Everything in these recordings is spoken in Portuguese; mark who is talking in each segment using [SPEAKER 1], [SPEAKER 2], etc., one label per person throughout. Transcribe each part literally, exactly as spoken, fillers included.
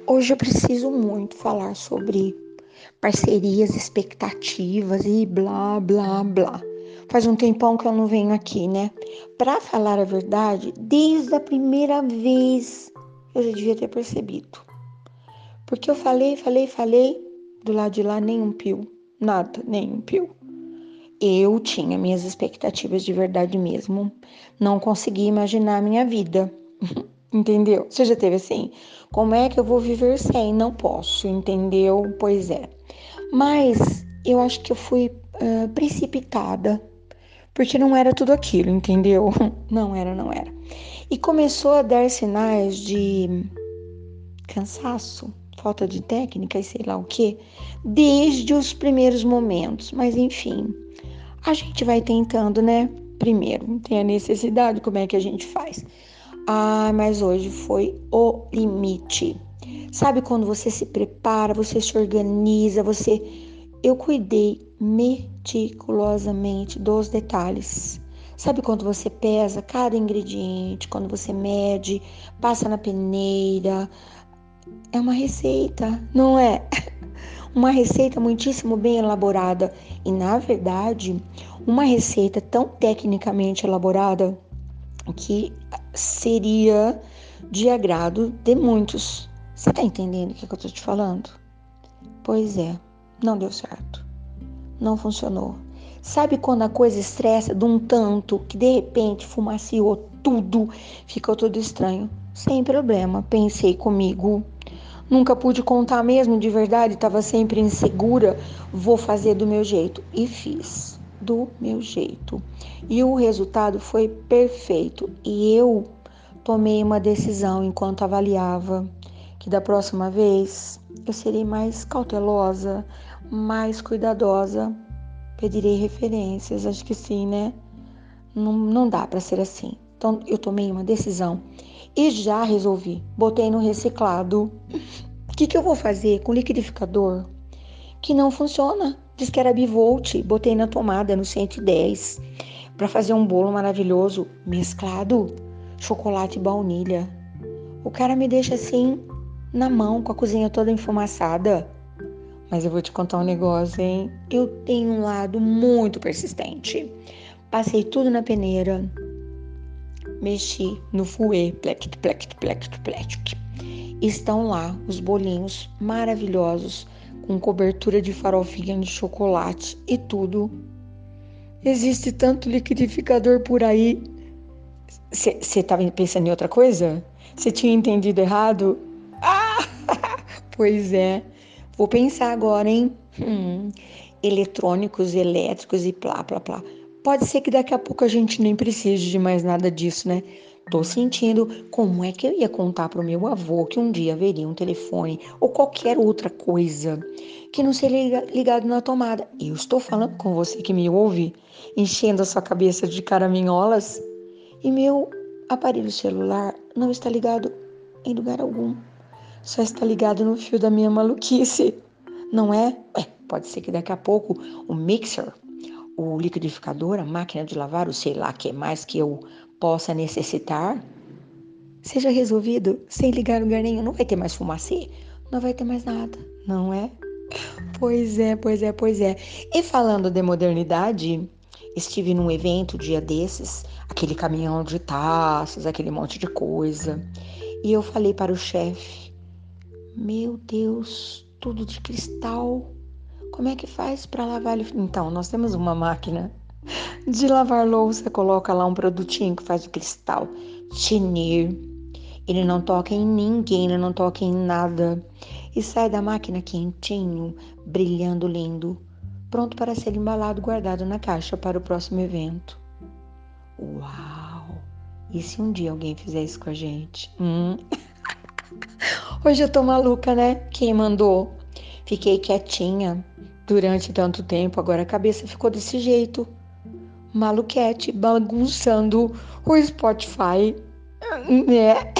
[SPEAKER 1] Hoje eu preciso muito falar sobre parcerias, expectativas e blá, blá, blá. Faz um tempão que eu não venho aqui, né? Pra falar a verdade, desde a primeira vez eu já devia ter percebido. Porque eu falei, falei, falei, do lado de lá nem um pio, nada, nem um pio. Eu tinha minhas expectativas de verdade mesmo. Não conseguia imaginar a minha vida. Entendeu? Você já teve assim? Como é que eu vou viver sem? Não posso, entendeu? Pois é. Mas eu acho que eu fui uh, precipitada, porque não era tudo aquilo, entendeu? Não era, não era. E começou a dar sinais de cansaço, falta de técnica e sei lá o que, desde os primeiros momentos. Mas enfim, a gente vai tentando, né? Primeiro, tem a necessidade, como é que a gente faz? Ah, mas hoje foi o limite. Sabe quando você se prepara, você se organiza, você. Eu cuidei meticulosamente dos detalhes. Sabe quando você pesa cada ingrediente, quando você mede, passa na peneira? É uma receita, não é? Uma receita muitíssimo bem elaborada. E, na verdade, uma receita tão tecnicamente elaborada que seria de agrado de muitos. Você tá entendendo o que eu tô te falando? Pois é, não deu certo. Não funcionou. Sabe quando a coisa estressa de um tanto que de repente fumaciou tudo, ficou tudo estranho? Sem problema, pensei comigo. Nunca pude contar mesmo de verdade, estava sempre insegura. Vou fazer do meu jeito. E fiz do meu jeito. E o resultado foi perfeito. E eu tomei uma decisão enquanto avaliava que da próxima vez eu serei mais cautelosa, mais cuidadosa. Pedirei referências, acho que sim, né? Não, não dá para ser assim. Então eu tomei uma decisão e já resolvi. Botei no reciclado. O que, que eu vou fazer com o liquidificador que não funciona? Diz que era bivolt, botei na tomada no cento e dez para fazer um bolo maravilhoso mesclado chocolate e baunilha. O cara me deixa assim na mão com a cozinha toda enfumaçada. Mas eu vou te contar um negócio, hein? Eu tenho um lado muito persistente. Passei tudo na peneira, mexi no fouet, plect, plect, plect, plect. Estão lá os bolinhos maravilhosos com cobertura de farofinha de chocolate e tudo. Existe tanto liquidificador por aí. Você estava pensando em outra coisa? Você tinha entendido errado? Ah, pois é. Vou pensar agora, hein? Hum, eletrônicos, elétricos e plá, plá, plá. Pode ser que daqui a pouco a gente nem precise de mais nada disso, né? Tô sentindo como é que eu ia contar pro meu avô que um dia haveria um telefone ou qualquer outra coisa que não seria ligado na tomada. Eu estou falando com você que me ouve, enchendo a sua cabeça de caraminholas e meu aparelho celular não está ligado em lugar algum. Só está ligado no fio da minha maluquice, não é? Ué, pode ser que daqui a pouco o mixer, o liquidificador, a máquina de lavar, o sei lá que mais que eu possa necessitar, seja resolvido sem ligar em lugar nenhum. Não vai ter mais fumacê, não vai ter mais nada, não é? Pois é, pois é, pois é. E falando de modernidade, estive num evento dia desses, aquele caminhão de taças, aquele monte de coisa. E eu falei para o chefe, meu Deus, tudo de cristal. Como é que faz para lavar ele? Então, nós temos uma máquina de lavar louça, coloca lá um produtinho que faz o cristal tinir. Ele não toca em ninguém, ele não toca em nada. E sai da máquina quentinho, brilhando lindo, pronto para ser embalado, guardado na caixa para o próximo evento. Uau! E se um dia alguém fizer isso com a gente? Hum? Hoje eu tô maluca, né? Quem mandou? Fiquei quietinha durante tanto tempo, agora a cabeça ficou desse jeito. Maluquete, bagunçando o Spotify, né?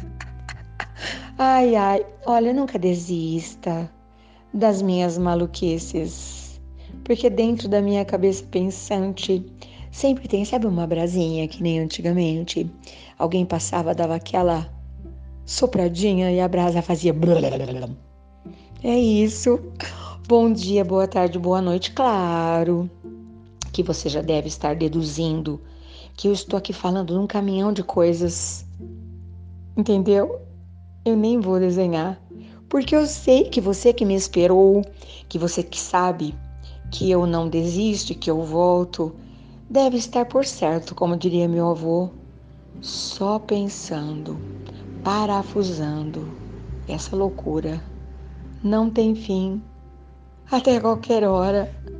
[SPEAKER 1] Ai, ai, olha, nunca desista das minhas maluquices, porque dentro da minha cabeça pensante sempre tem, sabe, uma brasinha que nem antigamente? Alguém passava, dava aquela sopradinha e a brasa fazia. É isso. Bom dia, boa tarde, boa noite. Claro que você já deve estar deduzindo que eu estou aqui falando num caminhão de coisas, entendeu? Eu nem vou desenhar, porque eu sei que você que me esperou, que você que sabe que eu não desisto, que eu volto, deve estar por certo, como diria meu avô, só pensando, parafusando. Essa loucura não tem fim, até qualquer hora.